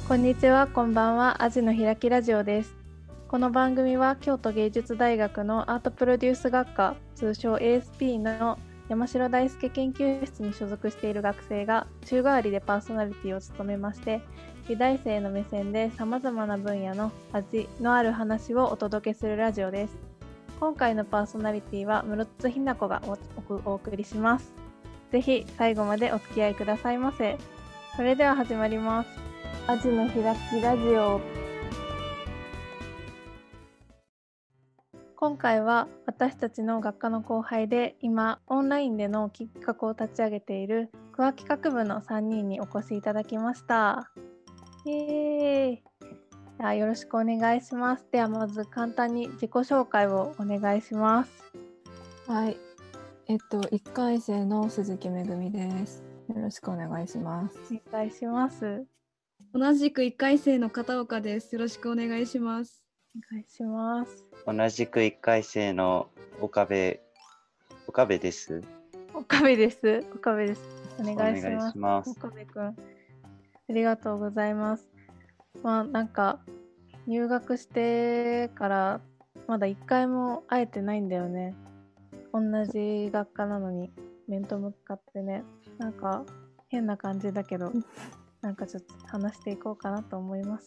こんにちは、こんばんは。アジの開きラジオです。この番組は京都芸術大学のアートプロデュース学科、通称 ASP の山城大輔研究室に所属している学生が週替わりでパーソナリティを務めまして、美大生の目線でさまざまな分野の味のある話をお届けするラジオです。今回のパーソナリティは室津ひな子がお送りします。ぜひ最後までお付き合いくださいませ。それでは始まります。アジの開きラジオ。今回は私たちの学科の後輩で今オンラインでの企画を立ち上げている桑企画部の3人にお越しいただきました。イエーイ。ではよろしくお願いします。ではまず簡単に自己紹介をお願いします。 はい、1回生の鈴木めぐみです。よろしくお願いします。 お願いします。 同じく1回生の片岡です。よろしくお願いします。 お願いします。 同じく1回生の岡部です。 岡部です。岡部です。お願いします。 お願いします。 岡部くん、ありがとうございます。なんか入学してからまだ1回も会えてないんだよね。同じ学科なのに面と向かってね。なんか変な感じだけどなんかちょっと話していこうかなと思います。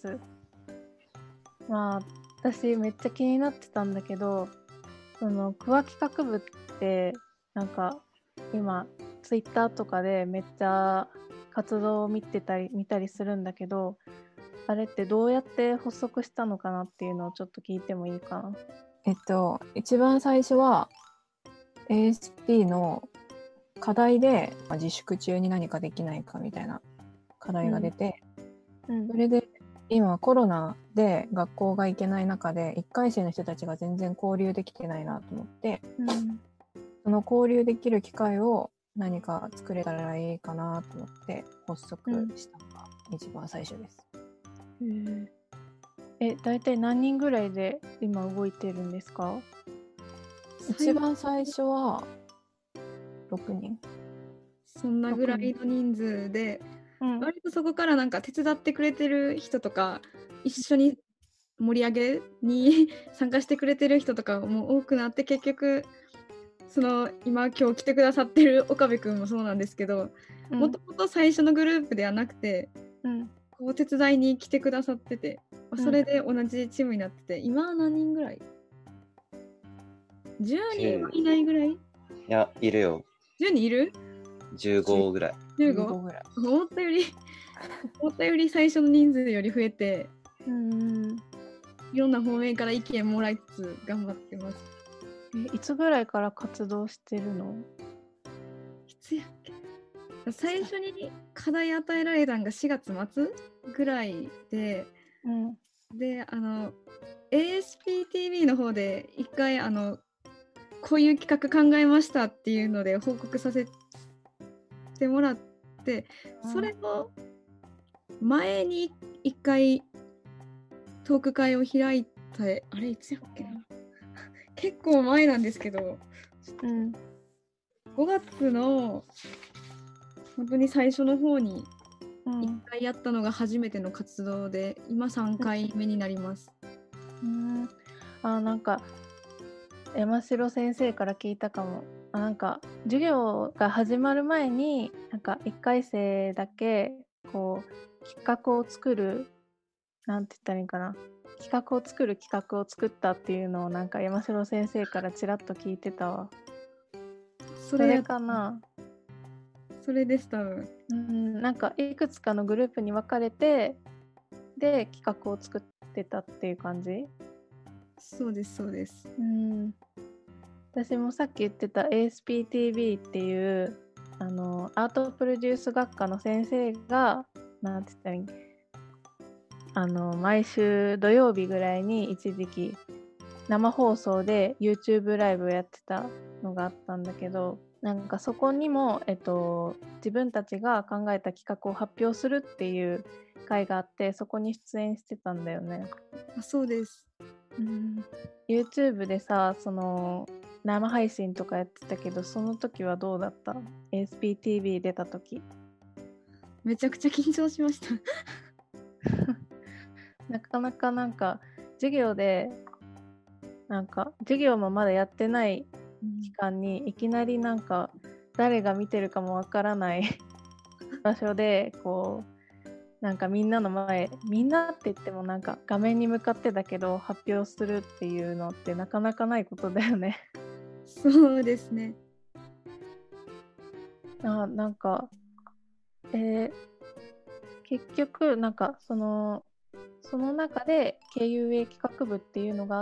私めっちゃ気になってたんだけど、その桑企画部ってなんか今ツイッターとかでめっちゃ活動を見たりするんだけど、あれってどうやって発足したのかなっていうのをちょっと聞いてもいいかな。 一番最初は ASP の課題で自粛中に何かできないかみたいな課題が出て、それで今コロナで学校が行けない中で1回生の人たちが全然交流できてないなと思って、その交流できる機会を何か作れたらいいかなと思って発足したのが一番最初です。 だいたい何人ぐらいで今動いてるんですか？ 一番最初は6人。 そんなぐらいの人数で、割とそこからなんか手伝ってくれてる人とか一緒に盛り上げに参加してくれてる人とかも多くなって、結局その今日来てくださってる岡部くんもそうなんですけど、もともと最初のグループではなくて、こう手伝いに来てくださってて、それで同じチームになってて、今は何人ぐらい？10人はいないぐらい？ いや、いるよ。 10人いる ？15ぐらい。 15ぐらい。 思ったより最初の人数より増えて、いろんな方面から意見もらいつつ頑張ってます。 いつぐらいから活動してるの？ いつやっけ？最初に課題与えられたのが4月末ぐらいで、でASPTV の方で一回こういう企画考えましたっていうので報告させてもらって、それの前に一回トーク会を開いた、あれいつやっけな結構前なんですけど、5月の本当に最初の方に1回やったのが初めての活動で、今3回目になります。 なんか山城先生から聞いたかも。なんか授業が始まる前になんか1回生だけこう企画を作る、なんて言ったらいいかな、企画を作ったっていうのをなんか山城先生からちらっと聞いてたわ。それかな？ それです多分。 なんかいくつかのグループに分かれてで企画を作ってたっていう感じ？ そうですそうです。 私もさっき言ってた ASPTV っていうアートプロデュース学科の先生がなんて言ったらいい、毎週土曜日ぐらいに一時期生放送で YouTube ライブをやってたのがあったんだけど、なんかそこにも、自分たちが考えた企画を発表するっていう会があって、そこに出演してたんだよね。 そうです。 YouTube でさ、その生配信とかやってたけど、その時はどうだった？ ASPTV 出た時。 めちゃくちゃ緊張しましたなかなかなんか授業でなんか授業もまだやってない期間にいきなりなんか誰が見てるかもわからない場所でこうなんかみんなの前、みんなって言ってもなんか画面に向かってだけど発表するっていうのってなかなかないことだよね。 そうですね。 なんか、結局なんかその中で KUA 企画部っていうのがあって、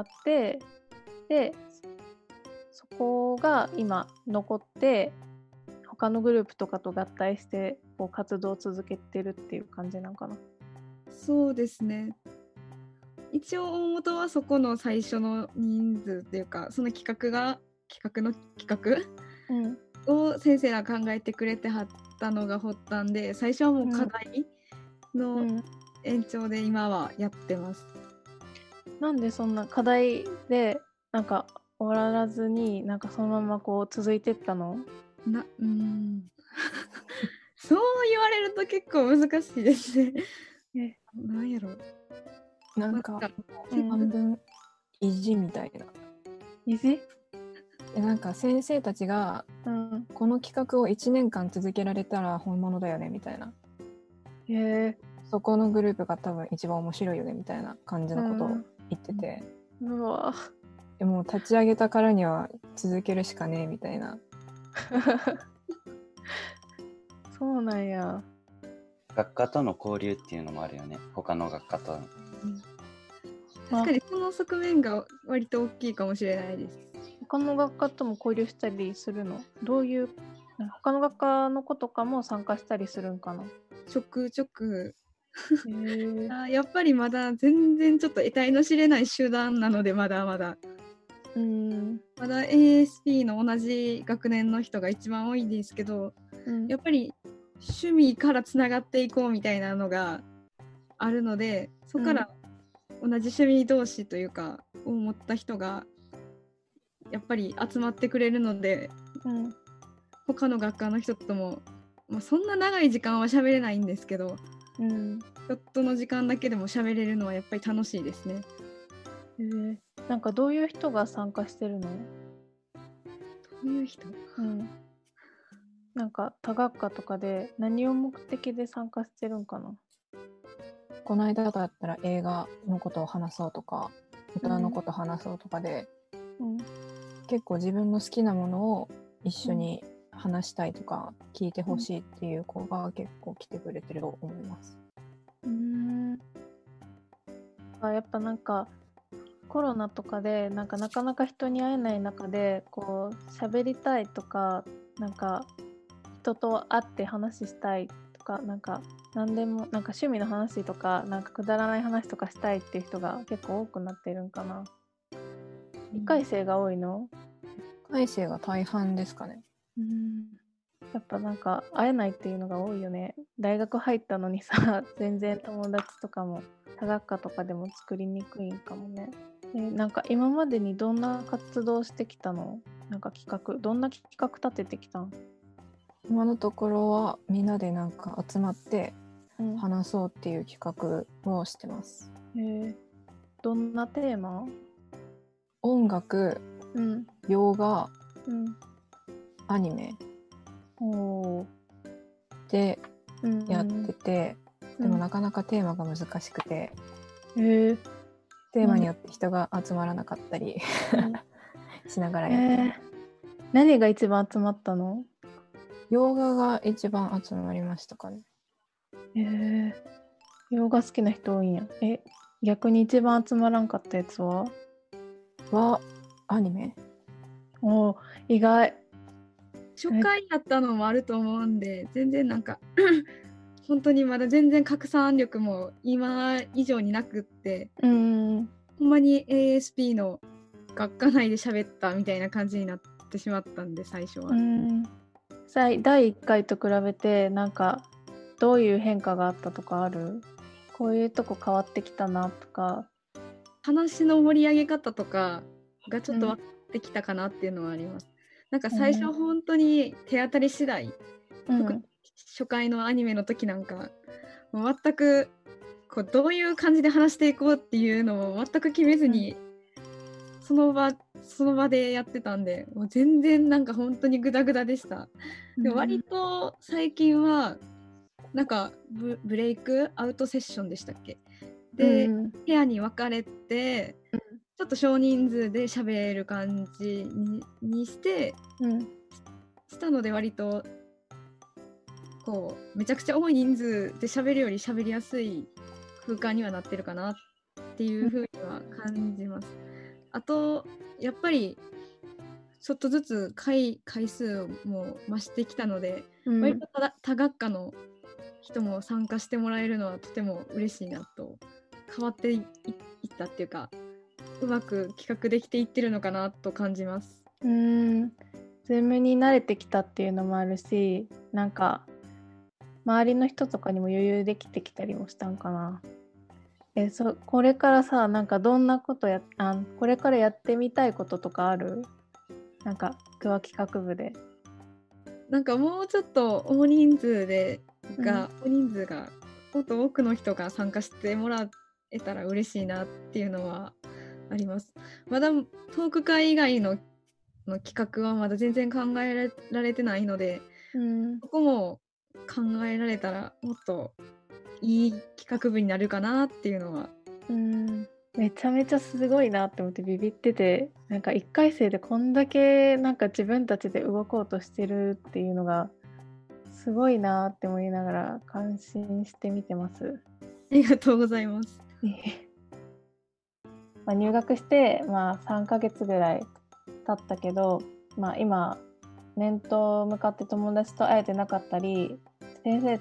でそこが今残って他のグループとかと合体してこう活動を続けてるっていう感じなんかな。 そうですね。一応大元はそこの最初の人数っていうか、その企画、を先生が考えてくれてはったのが発端で、最初はもう課題の延長で今はやってます。 なんでそんな課題でなんか終わらずになんかそのままこう続いてったの？ そう言われると結構難しいですね。なんやろ。 なんか半分意地みたいな。 意地？ なんか先生たちが、この企画を1年間続けられたら本物だよねみたいな。そこのグループが多分一番面白いよねみたいな感じのことを言ってて、 うわでも立ち上げたからには続けるしかねえみたいな。 そうなんや。 学科との交流っていうのもあるよね、他の学科と。 確かにその側面が割と大きいかもしれないです。 他の学科とも交流したりするの？どういう他の学科の子とかも参加したりするんかな？ ちょくちょくやっぱりまだ全然ちょっと得体の知れない集団なので、まだまだ ASP の同じ学年の人が一番多いんですけど、やっぱり趣味からつながっていこうみたいなのがあるので、そこから同じ趣味同士というかを持った人がやっぱり集まってくれるので、他の学科の人とも、そんな長い時間は喋れないんですけど、ちょっとの時間だけでも喋れるのはやっぱり楽しいですね。 なんかどういう人が参加してるの？どういう人？ なんか多学科とかで何を目的で参加してるんかな？ この間だったら映画のことを話そうとか歌のことを話そうとかで、結構自分の好きなものを一緒に話したいとか聞いてほしいっていう子が結構来てくれてると思います。 やっぱなんかコロナとかでなんかなかなか人に会えない中でこう喋りたいとか、なんか人と会って話したいとか、なんか何でもなんか趣味の話とかなんかくだらない話とかしたいっていう人が結構多くなってるんかな。1回生が多いの？1 回生が大半ですかね。 やっぱなんか会えないっていうのが多いよね。大学入ったのにさ、全然友達とかも多学科とかでも作りにくいんかもね。なんか今までにどんな活動してきたの？なんかどんな企画立ててきたん？ 今のところはみんなでなんか集まって話そうっていう企画をしてます。 どんなテーマ？ 音楽、洋画、アニメでやってて、でもなかなかテーマが難しくて、テーマによって人が集まらなかったりしながらやってます。 何が一番集まったの？ 洋画が一番集まりましたかね。 洋画好きな人多いんや。逆に一番集まらんかったやつはアニメ。 意外。 初回やったのもあると思うんで、全然なんか本当にまだ全然拡散力も今以上になくって、ほんまに ASP の学科内で喋ったみたいな感じになってしまったんで、最初は。 第1回と比べてなんかどういう変化があったとかある？こういうとこ変わってきたなとか。 話の盛り上げ方とかがちょっと分かってきたかなっていうのはあります。なんか最初本当に手当たり次第、初回のアニメの時なんか全くこうどういう感じで話していこうっていうのを全く決めずに、その場でやってたんで、もう全然なんか本当にグダグダでした。で割と最近はなんかブレイクアウトセッションでしたっけで、部屋に分かれて、ちょっと少人数で喋る感じにして、したので割とこうめちゃくちゃ多い人数で喋るより喋りやすい空間にはなってるかなっていう風には感じます。あとやっぱりちょっとずつ回数も増してきたので、割と多学科の人も参加してもらえるのはとても嬉しいなと、変わっていったっていうか、うまく企画できていってるのかなと感じます。 Zoom に慣れてきたっていうのもあるし、なんか周りの人とかにも余裕できてきたりもしたんかな。これからさ、なんかどんなことこれからやってみたいこととかある？なんか企画部で。 なんかもうちょっと大人数がもっと多くの人が参加してもらえたら嬉しいなっていうのはあります。まだトーク会以外の企画はまだ全然考えられてないので、ここも考えられたらもっといい企画部になるかなっていうのは。 めちゃめちゃすごいなって思ってビビってて、なんか1回生でこんだけなんか自分たちで動こうとしてるっていうのがすごいなって思いながら感心して見てます。 ありがとうございます。 入学して、3ヶ月ぐらい経ったけど、今面と向かって友達と会えてなかったり、先生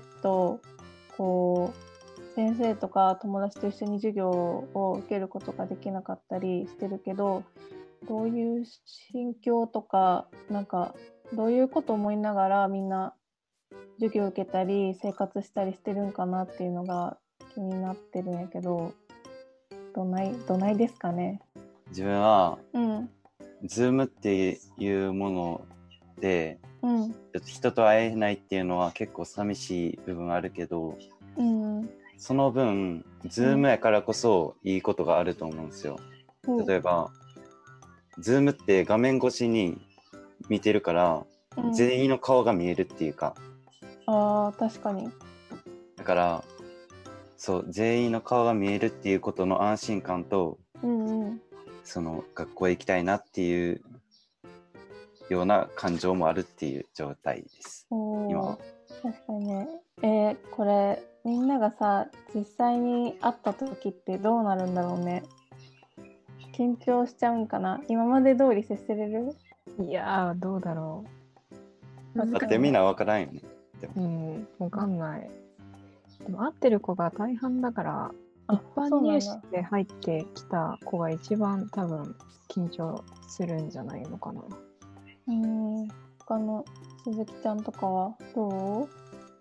とか友達と一緒に授業を受けることができなかったりしてるけど、どういう心境とか、なんかどういうこと思いながらみんな授業を受けたり生活したりしてるんかなっていうのが気になってるんやけど、どないですかね？ 自分は、Zoom っていうもので、人と会えないっていうのは結構寂しい部分あるけど、その分 Zoom やからこそいいことがあると思うんですよ。例えば Zoom って画面越しに見てるから、全員の顔が見えるっていうか、 確かに。 だからそう全員の顔が見えるっていうことの安心感と、その学校へ行きたいなっていうような感情もあるっていう状態です。今は確かにね。これみんながさ実際に会った時ってどうなるんだろうね。緊張しちゃうんかな。今まで通り接せれる？ いやーどうだろう。だってみんな分からんよね。 分かんない。でも会ってる子が大半だから、一般入試で入ってきた子が一番多分緊張するんじゃないのかな。 他の鈴木ちゃんとかはどう？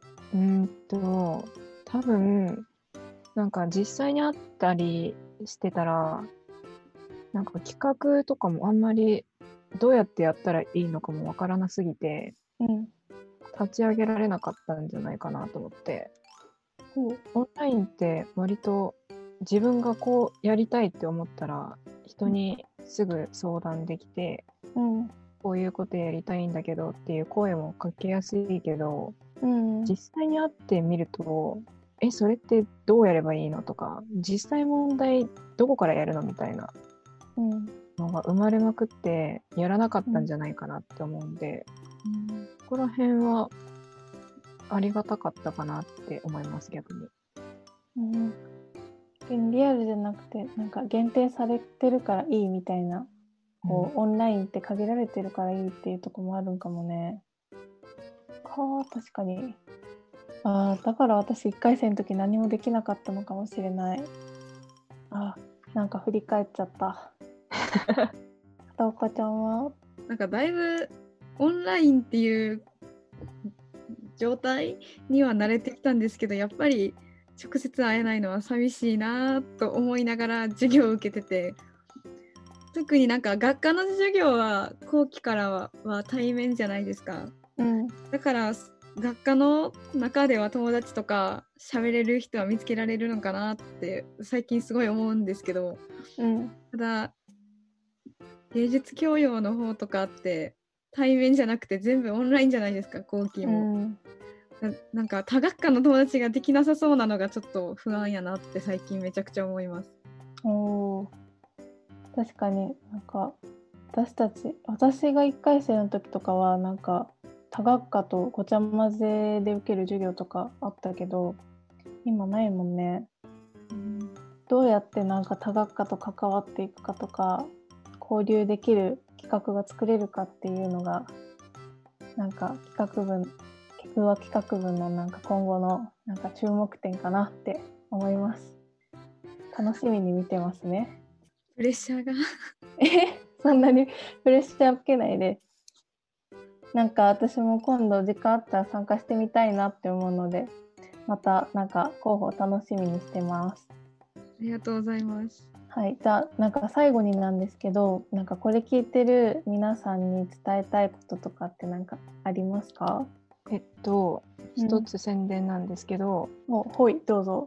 多分なんか実際に会ったりしてたら、なんか企画とかもあんまりどうやってやったらいいのかもわからなすぎて、立ち上げられなかったんじゃないかなと思って。オンラインって割と自分がこうやりたいって思ったら人にすぐ相談できて、こういうことやりたいんだけどっていう声もかけやすいけど、実際に会ってみるとそれってどうやればいいのとか、実際問題どこからやるのみたいなのが生まれまくってやらなかったんじゃないかなって思うんで、ここら辺はありがたかったかなって思います。逆に、 リアルじゃなくてなんか限定されてるからいいみたいな、オンラインって限られてるからいいっていうところもあるんかもね。確かに。だから私1回生の時何もできなかったのかもしれない。なんか振り返っちゃった。片岡ちゃんは？ なんかだいぶオンラインっていう状態には慣れてきたんですけど、やっぱり直接会えないのは寂しいなと思いながら授業を受けてて、特になんか学科の授業は後期からは対面じゃないですか。だから学科の中では友達とか喋れる人は見つけられるのかなって最近すごい思うんですけど、ただ芸術教養の方とかって対面じゃなくて全部オンラインじゃないですか、後期も。なんか多学科の友達ができなさそうなのがちょっと不安やなって最近めちゃくちゃ思います。 確かになんか私が1回生の時とかはなんか多学科とごちゃ混ぜで受ける授業とかあったけど今ないもんね。どうやってなんか多学科と関わっていくかとか交流できる企画が作れるかっていうのがなんか企画部のなんか今後のなんか注目点かなって思います。楽しみに見てますね。 プレッシャーがそんなにプレッシャー受けないで。なんか私も今度時間あったら参加してみたいなって思うのでまたなんか候補楽しみにしてます。 ありがとうございます。 はい、じゃあなんか最後になんですけどなんかこれ聞いてる皆さんに伝えたいこととかってなんかありますか？ 一つ宣伝なんですけど、 はい、どうぞ。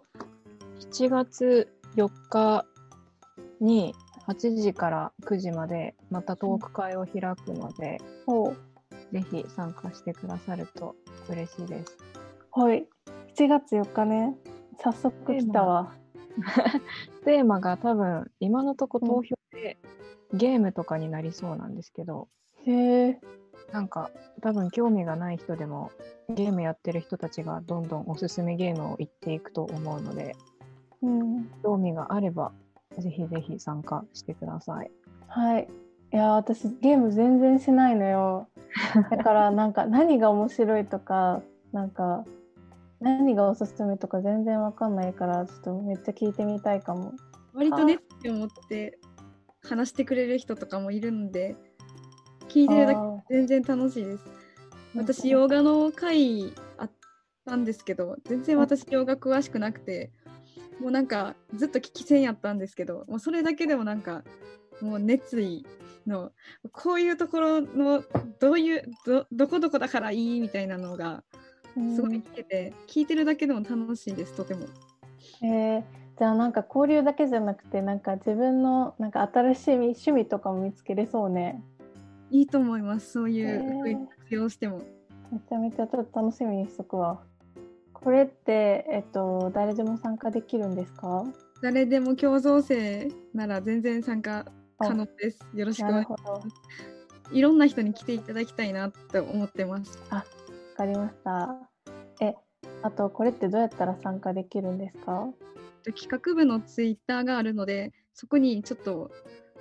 7月4日に8時から9時までまたトーク会を開くので、ぜひ参加してくださると嬉しいです。 はい、7月4日ね。早速来たわ。 テーマが多分今のとこ投票でゲームとかになりそうなんですけど、なんか多分興味がない人でもゲームやってる人たちがどんどんおすすめゲームを言っていくと思うので、興味があればぜひぜひ参加してください。 はい。いや私ゲーム全然しないのよ。だからなんか何が面白いとかなんか何がおすすめとか全然わかんないからちょっとめっちゃ聞いてみたいかも。 割とねって思って話してくれる人とかもいるんで聞いてるだけ全然楽しいです。私洋画の回あったんですけど全然私洋画詳しくなくてもうなんかずっと聞き戦やったんですけどもうそれだけでもなんかもう熱意のこういうところのどこだからいいみたいなのがすごい聞けて聞いてるだけでも楽しいです、とても。 じゃあなんか交流だけじゃなくてなんか自分のなんか新しい趣味とかも見つけれそうね。 いいと思います。そういう活用してもめちゃめちゃちょっと楽しみにしとくわ。これって誰でも参加できるんですか？ 誰でも共造生なら全然参加可能です。よろしくお願いします。いろんな人に来ていただきたいなって思ってます。 わかりました。あとこれってどうやったら参加できるんですか？ 企画部のツイッターがあるのでそこにちょっと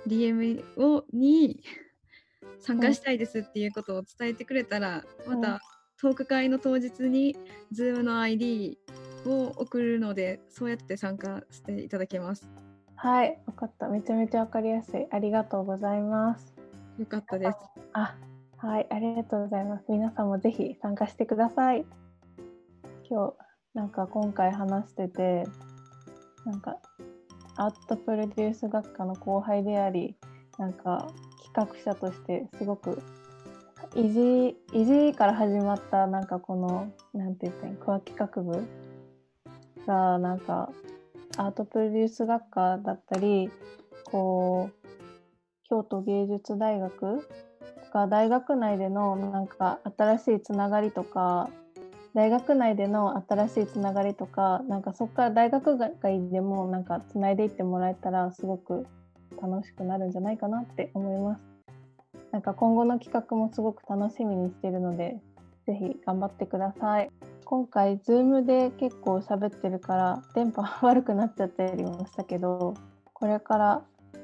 DM に参加したいですっていうことを伝えてくれたら、またトーク会の当日に Zoom の ID を送るのでそうやって参加していただけます。 はい、分かった。めちゃめちゃ分かりやすい。ありがとうございます。 よかったです。 はい、ありがとうございます。皆さんもぜひ参加してください。なんか今回話しててなんかアートプロデュース学科の後輩でありなんか企画者としてすごくいじから始まったなんかこのなんて言ったらいいクア企画部がなんかアートプロデュース学科だったりこう京都芸術大学とか大学内でのなんか新しいつながりとか大学内での新しいつながりとかなんかそこから大学外でもなんかつないでいってもらえたらすごく楽しくなるんじゃないかなって思います。なんか今後の企画もすごく楽しみにしているのでぜひ頑張ってください。今回 Zoom で結構喋ってるから電波悪くなっちゃったりもしたけどこれから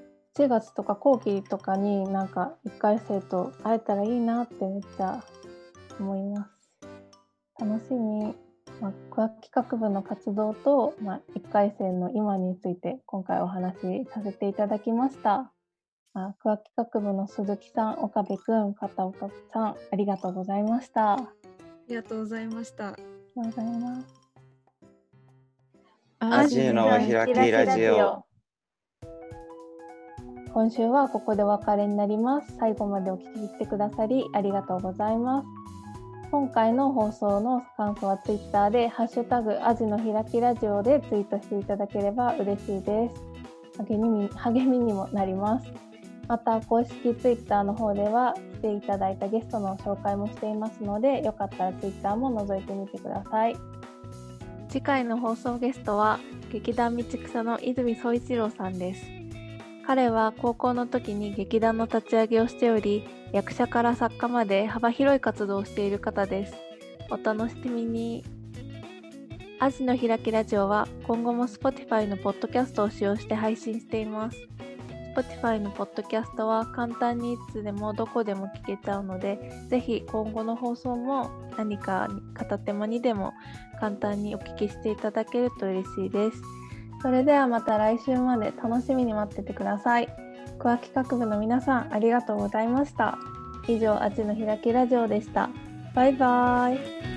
7月とか後期とかになんか1回生と会えたらいいなってめっちゃ思います。楽しみ。クア企画部の活動と、1回生の今について今回お話しさせていただきました。クア企画部の鈴木さん、岡部くん、片岡さん、ありがとうございました。 ありがとうございました。 ありがとうございます。 アジの開きラジオ。 今週はここでお別れになります。最後までお聞きしてくださりありがとうございます。 今回の放送の感想はツイッターでハッシュタグアジの開きラジオでツイートしていただければ嬉しいです。励みにもなります。また公式ツイッターの方では来ていただいたゲストの紹介もしていますので、よかったらツイッターも覗いてみてください。次回の放送ゲストは劇団道草の泉宗一郎さんです。彼は高校の時に劇団の立ち上げをしており、役者から作家まで幅広い活動をしている方です。お楽しみに。アジの開きラジオは今後も Spotify のポッドキャストを使用して配信しています。Spotify のポッドキャストは簡単にいつでもどこでも聞けちゃうので、ぜひ今後の放送も何か片手間にでも簡単にお聞きしていただけると嬉しいです。それではまた来週まで楽しみに待っててください。桑企画部の皆さんありがとうございました。以上、アジの開きラジオでした。バイバイ。